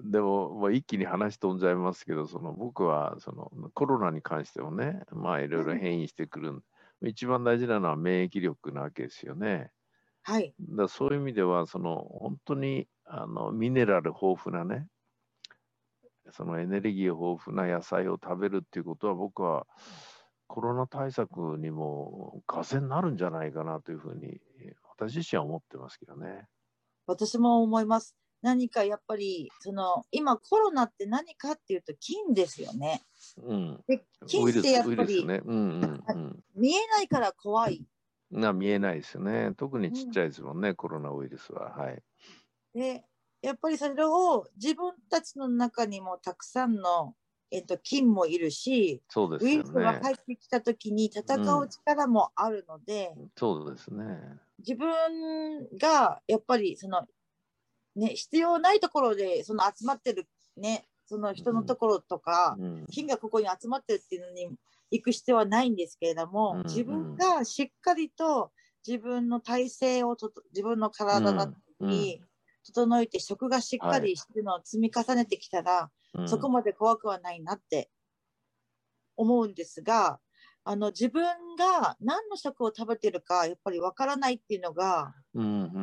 でも、一気に話飛んじゃいますけど、僕はコロナに関してもね、いろいろうん。 変異してくる一番大事なのは免疫力なわけですよね。 はい。 そういう意味では、本当にミネラル豊富なね、そのエネルギー豊富な野菜を食べるっていうことは、僕はコロナ対策にも風になるんじゃないかなというふうに、私自身は思ってますけどね。 私も思います。何かやっぱり、今コロナって何かっていうと菌ですよね。 うん。 で、菌ってやっウイぱり、 ルスね。うんうんうん。 見えないから怖い。 見えないですよね。特にうん。 ちっちゃいですもんね、コロナウイルスは。はい。 で、やっぱりそれを自分たちの中にもたくさんの、菌もいるし、 そうですウイルスがよね。 入ってきた時に戦ううん。 力もあるので、 そうですね。 自分がやっぱりね、必要ないところで集まってるね、その人のところとか、 うん。 菌がここに集まってるっていうのに行く必要はないんですけれども、 うん。 自分うん。 がしっかりと自分の体勢を自分のう体だったん。うん。 り、整えて食がしっかはい。 りしてるのを積み重ねてきたら、 うん。 そこまで怖くはないなって思うんですが、自分が何の食を食べてるか、やっぱりわからないっていうのが、 うん。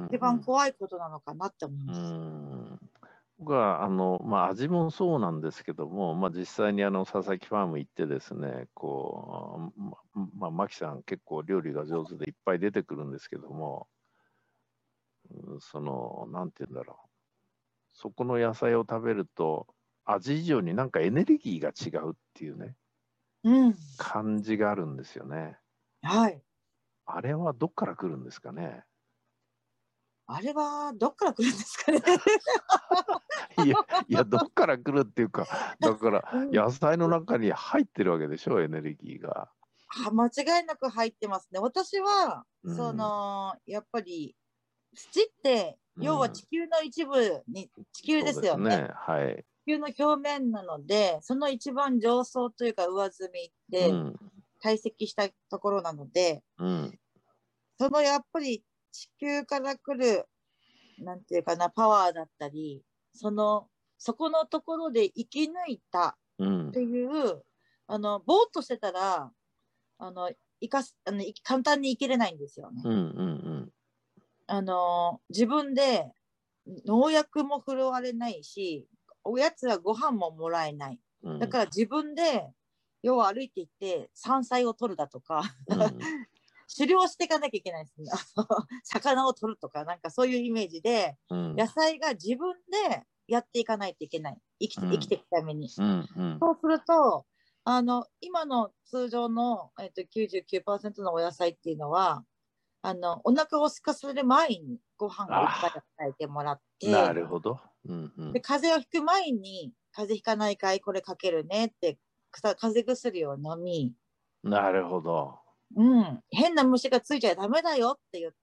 一番怖いことなのかなって思いうます。 ん。僕は、味もそうなんですけども、実際に佐々木ファーム行ってですね、マキさん結構料理が上手でいっぱい出てくるんですけども、なんて言うんだろう。そこの野菜を食べると、味以上になんかエネルギーが違うっていうね、 うん。 感じがあるんですよね。 はい。 あれはどっから来るんですかね。 あれはどっから来るんですかね。 いや、どっから来るっていうか、だからうん。 野菜の中に入ってるわけでしょ、エネルギーが。 間違いなく入ってますね。私は、 うん、 やっぱり土って、要はうん、 地球の一部に、地球そうですよね。 ですね。はい。 地球の表面なので、その一番上層というか上積みってうん、 堆積したところなので、 うん、 やっぱり地球から来る、なんていうかな、パワーだったり、そこのところで生き抜いたうん、 っていう、ぼーっとしてたら、あの、生かす、簡単に生きれないんですよね。 うん、うん、 自分で農薬も振るわれないし、おやつはご飯ももらえない。 うん、 だから自分で、要は歩いていって山菜を取るだとか、 うん、 狩猟していかなきゃいけないですね。魚を取るとか、なんかそういうイメージで、 うん、 野菜が自分でやっていかないといけない。生きうん、 ていくために。 うん、うん、 そうすると、今の通常の、99%のお野菜っていうのは、お腹を空かせる前にご飯をいっぱいあ与えてもらっあ、なて、 るほど。うん、うで、 ん、 風邪をひく前に、風邪ひかないかい、これかけるねって、風邪薬を飲み、 なるほど。 うん、変な虫がついちゃダメだよって言って、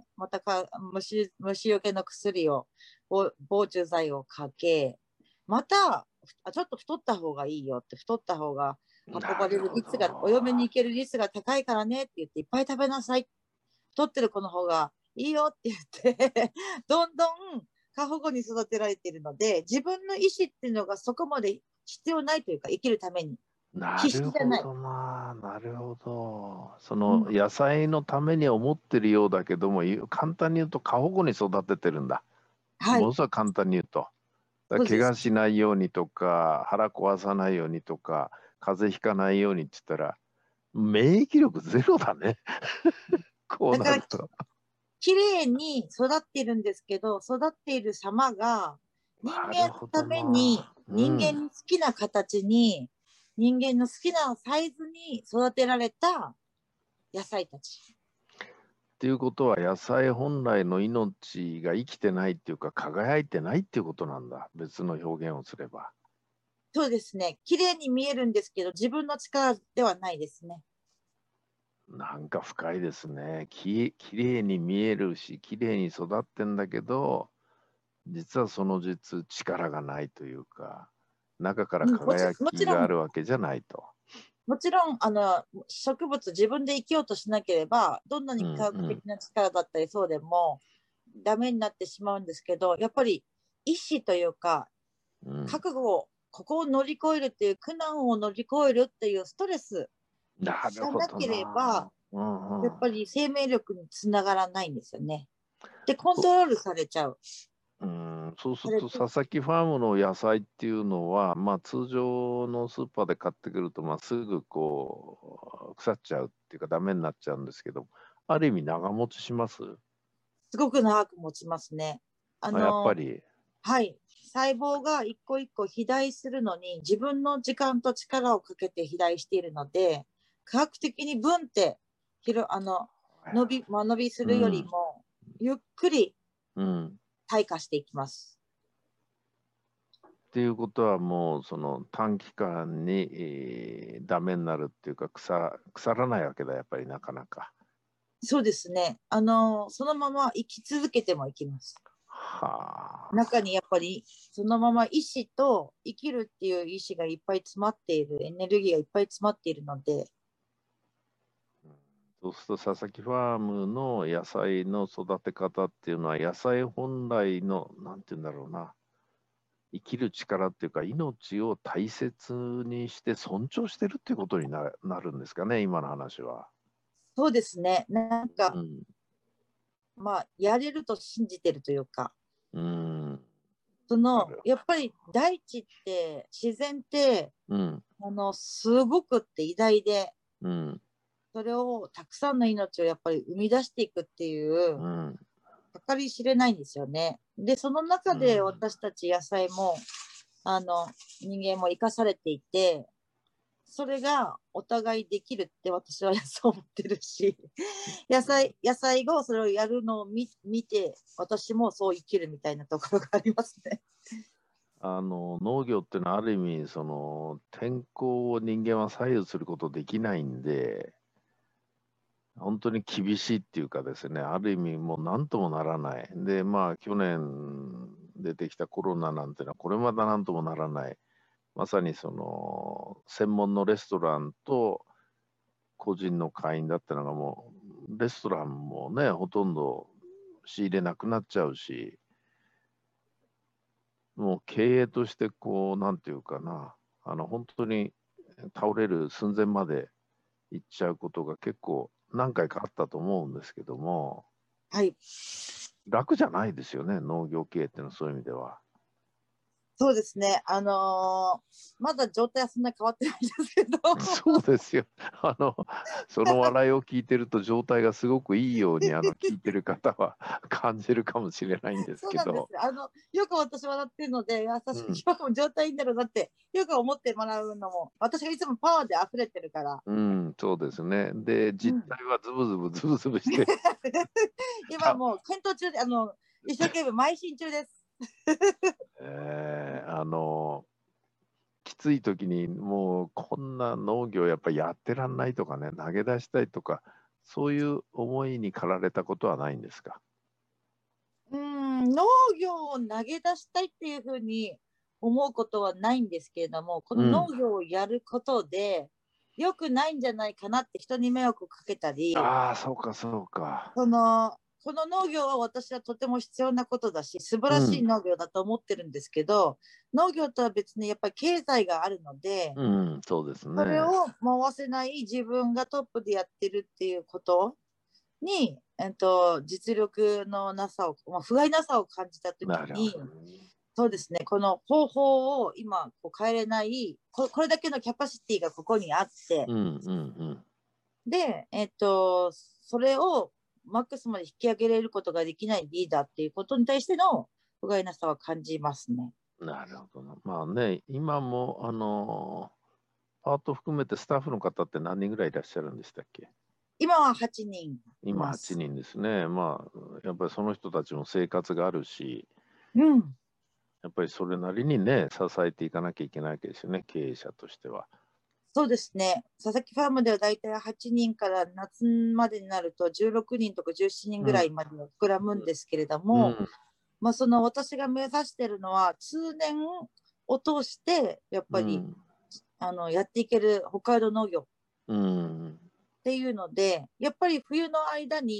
また虫除けの薬を、防虫剤をかけ、また、ちょっと太った方がいいよって、太った方が運ばれなるほる率が、お嫁にど。 行ける率が高いからねって言って、いっぱい食べなさい。太ってる子の方がいいよって言ってどんどん過保護に育てられているので、自分の意思っていうのがそこまで必要ないというか、生きるために。必なる死じゃない。 ほどな。なるほど。そうん。 の野菜のために思ってるようだけども、簡単に言うと過保護に育ててるんだ。 はい。 ものすごい簡単に言うと。怪そうです。 我しないようにとか、腹壊さないようにとか、風邪ひかないようにって言ったら、免疫力ゼロだね。こうだから、 なると。 綺麗に育っているんですけど、育っている様が、人なる間のたほどめに、 な。う人間ん。 の好きな形に、人間の好きなサイズに育てられた野菜たち。 っていうことは、野菜本来の命が生きてないっていうか、輝いてないっていうことなんだ。別の表現をすれば。 そうですね。綺麗に見えるんですけど、自分の力ではないですね。 なんか深いですね。きれいに見えるし、きれいに育ってんだけど、実はその実、力がないというか、中からうん、 輝きがあもちろん、 るわけじゃないと。 植物自分で生きようとしなければ、どんなうんに科学うん。 的な力だったりそうでも、ダメになってしまうんですけど、やっぱり意志というか、 うん、 覚悟を、ここを乗り越えるっていう苦難を乗り越えるっていうストレスなるほどがなければ、 な。うんうん。 やっぱり生命力につながらないんですよね。で、コントロールされちゃう。 うん、そうすると、 されて、 佐々木ファームの野菜っていうのは、まあ、通常のスーパーで買ってくると、まあ、すぐこう、腐っちゃうっていうか、ダメになっちゃうんですけど、ある意味長持ちします？ すごく長く持ちますね。ああ、やっぱの、 り。 はい。細胞が一個一個肥大するのに、自分の時間と力をかけて肥大しているので、科学的に分って間延びするよりうん、 も、ゆっくりうん。 退化していきます。 っていうことは、もう、その短期間に、ダメになるっていうか、腐らないわけだ、やっぱりなかなか。 そうですね。そのまま生き続けても生きます。 はあ。 中にやっぱりそのまま意志と生きるっていう意志がいっぱい詰まっている、エネルギーがいっぱい詰まっているので、 そうすると佐々木ファームの野菜の育て方っていうのは野菜本来のなんて言うんだろうな、生きる力っていうか命を大切にして尊重してるっていうことになるんですかね、今の話は。 そうですね。なんか、 うん、 まあ、やれると信じてるというか、 うん、なるやっぱり大地って、自然って、 うん、 すごくって偉大で、 うん、 それをたくさんの命をやっぱり生み出していくっていう、 うん、 計り知れないんですよね。で、その中でうん。 私たち野菜も、人間も生かされていて、それがお互いできるって私はそう思ってるし、野菜がそれをやるのを見て、私もそう生きるみたいなところがありますね。 農業っていうのはある意味その天候を人間は左右することできないんで、本当に厳しいっていうかですね、ある意味もう何ともならない。で、まあ去年出てきたコロナなんていうのはこれまた何ともならない。まさにその専門のレストランと個人の会員だったのがもう、レストランもね、ほとんど仕入れなくなっちゃうし、もう経営としてこう、なんていうかな、本当に倒れる寸前まで行っちゃうことが結構何回かあったと思うんですけども、 はい。 楽じゃないですよね、農業系っていうのはそういう意味では。 そうですね。まだ状態はそんなに変わってないんですけど、 そうですよ。あの、その笑いを聞いてると状態がすごくいいように聞いてる方は感じるかもしれないんですそうなんです。 けど、 よく私笑ってるので、 うん、 佐々木はもう状態いいんだろうなって、よく思ってもらうのも、私がいつもパワーで溢れてるから。 うん、そうですね。で、実うん、 態はズブズブズブズブして、 今たもう検討中で、一生懸命邁進中です。 えーあの、きつい時にもうこんな農業やっぱりやってらんないとかね、投げ出したいとか、そういう思いに駆られたことはないんですか？ 農業を投げ出したいっていうふうに思うことはないんですけれども、この農うん。 業をやることで、良くないんじゃないかなって人に迷惑をかけたり、 ああ、そうか、そうか。 この農業は私はとても必要なことだし、素晴らしいうん。 農業だと思ってるんですけど、農業とは別にやっぱり経済があるので、 うん、そうですね。 それを回せない自分がトップでやってるっていうことに、実力のなさを、不甲斐なさを感じたときに、 なるほどね。 そうですね、この方法を今変えれないこれだけのキャパシティがここにあって、 うん、うん、うん。 で、それをマックスまで引き上げれることができないリーダーっていうことに対しての不甲斐なさは感じますね。 なるほどな。まあね、今も、パート含めてスタッフの方って何人ぐらいいらっしゃるんでしたっけ？ 今は8人い今8 ます。 人ですね。まあ、やっぱりその人たちも生活があるし、 うん。 やっぱりそれなりにね、支えていかなきゃいけないわけですよね、経営者としては。 そうですね。佐々木ファームではだいたい8人から夏までになると16人とか17人ぐうん、 らいまで膨らむんですけれども、 うん、 その私が目指しているのは通年を通してやっぱりうん、 やっていける北海道農業っうん、 ていうので、やっぱり冬の間に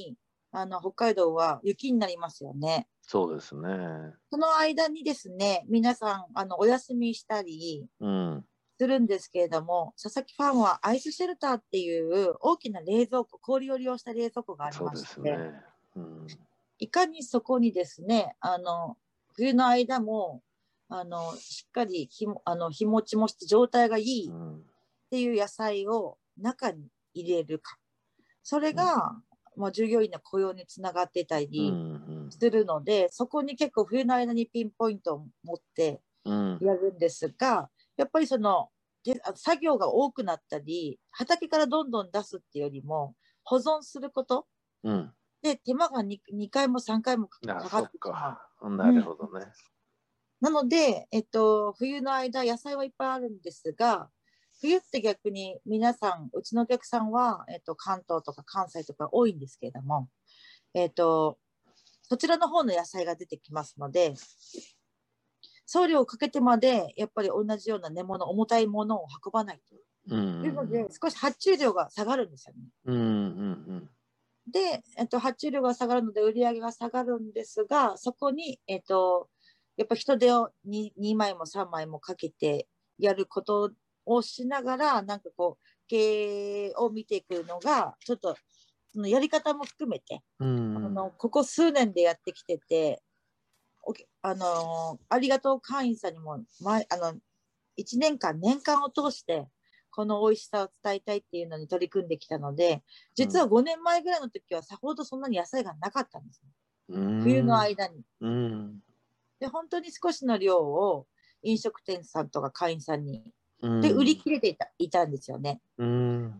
北海道は雪になりますよね。 そうですね。 その間にですね、皆さん、お休みしたりうん。 するんですけれども、佐々木ファームはアイスシェルターっていう大きな冷蔵庫、氷を利用した冷蔵庫がありそうまですね。 して、 うん。 いかにそこにですね、冬の間も、しっかり日持ちもして状態がいいっていう野菜を中に入れるか。それが、まあ、従業員の雇用につながってたうん。 りうん。 するので、そこに結構冬の間にピンポイントを持ってうん。 やるんですが、やっぱり作業が多くなったり、畑からどんどん出すっていうよりも、保存することうん。 で手間が2回も3回もあ、 かかそっってしまう。 か。なうん、 るほどね。 なので、冬の間、野菜はいっぱいあるんですが、冬って逆に皆さん、うちのお客さんは、関東とか関西とか多いんですけれども、そちらの方の野菜が出てきますので、送料をかけてまで、やっぱり同じような根物、重たいものを運ばないうん。 というので、少し発注量が下がるんですよね。 うん。うん。 で、発注量が下がるので売り上げが下がるんですが、そこに、やっぱ人手を2枚も3枚もかけてやることをしながら、なんかこう、経営を見ていくのが、ちょっと、そのやり方も含めて、 うん。 ここ数年でやってきてて、ありがとう会員さんにも、1年間、年間を通して、この美味しさを伝えたいっていうのに取り組んできたので、実は5年前ぐらいの時はさほどそんなに野菜がなかったんです、ね。 う冬のん。 間に。 うん。 で、本当に少しの量を飲食店さんとか会員さんに、で、売りうん。 切れていたんですよね。 うん。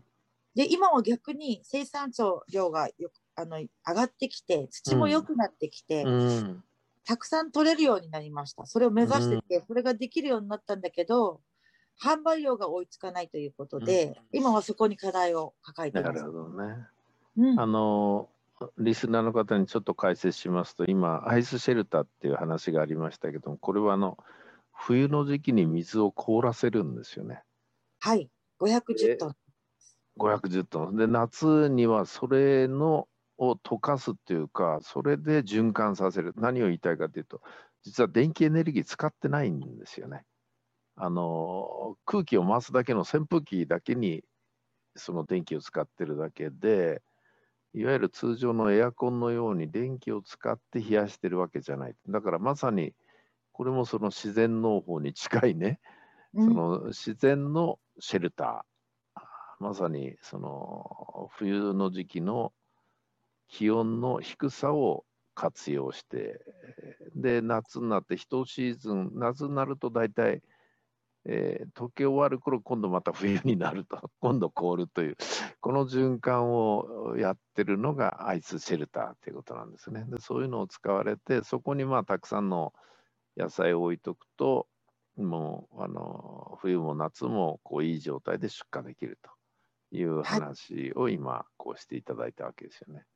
で、今は逆に生産量が上がってきて、土も良くなってきて、 うん。 たくさん取れるようになりました。それを目うん。 指してて、それができるようになったんだけど、販売量が追いつかないということうん。 で、今はそこに課題を抱えています。 なるほどね。あうん。 の、リスナーの方にちょっと解説しますと、今、アイスシェルターっていう話がありましたけども、これは冬の時期に水を凍らせるんですよね。 はい。510 で、 トン。 510トン。で、夏にはそれを溶かすっていうか、それで循環させる。何を言いたいかというと、実は電気エネルギー使ってないんですよね。空気を回すだけの扇風機だけにその電気を使ってるだけで、いわゆる通常のエアコンのように電気を使って冷やしてるわけじゃない。だからまさにこれもその自然農法に近いね、そうん。 の自然のシェルター。まさにその冬の時期の気温の低さを活用して、で、夏になって一シーズン、夏になると大体溶け終わる頃、今度また冬になると、今度凍るという、この循環をやってるのがアイスシェルターということなんですね。で、そういうのを使われて、そこにまあたくさんの野菜を置いとくと、もう冬も夏もこういい状態で出荷できるというはい。 話を今こうしていただいたわけですよね。